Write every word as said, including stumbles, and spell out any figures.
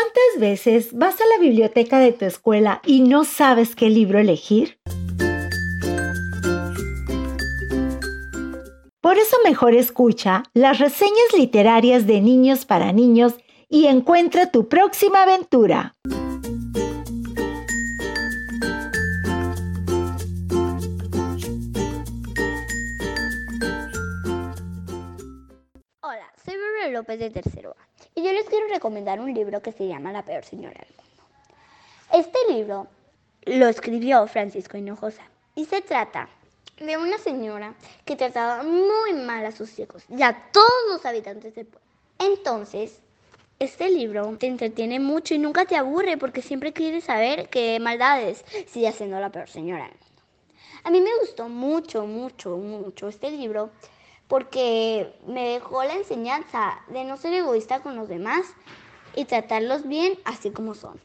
¿Cuántas veces vas a la biblioteca de tu escuela y no sabes qué libro elegir? Por eso mejor escucha las reseñas literarias de Niños para Niños y encuentra tu próxima aventura. Hola, soy Bárbara López de tercero A y yo les quiero recomendar un libro que se llama La peor señora del mundo. Este libro lo escribió Francisco Hinojosa y se trata de una señora que trataba muy mal a sus hijos y a todos los habitantes del pueblo. Entonces, este libro te entretiene mucho y nunca te aburre porque siempre quieres saber qué maldades sigue haciendo la peor señora del mundo. A mí me gustó mucho, mucho, mucho este libro porque me dejó la enseñanza de no ser egoísta con los demás y tratarlos bien así como son.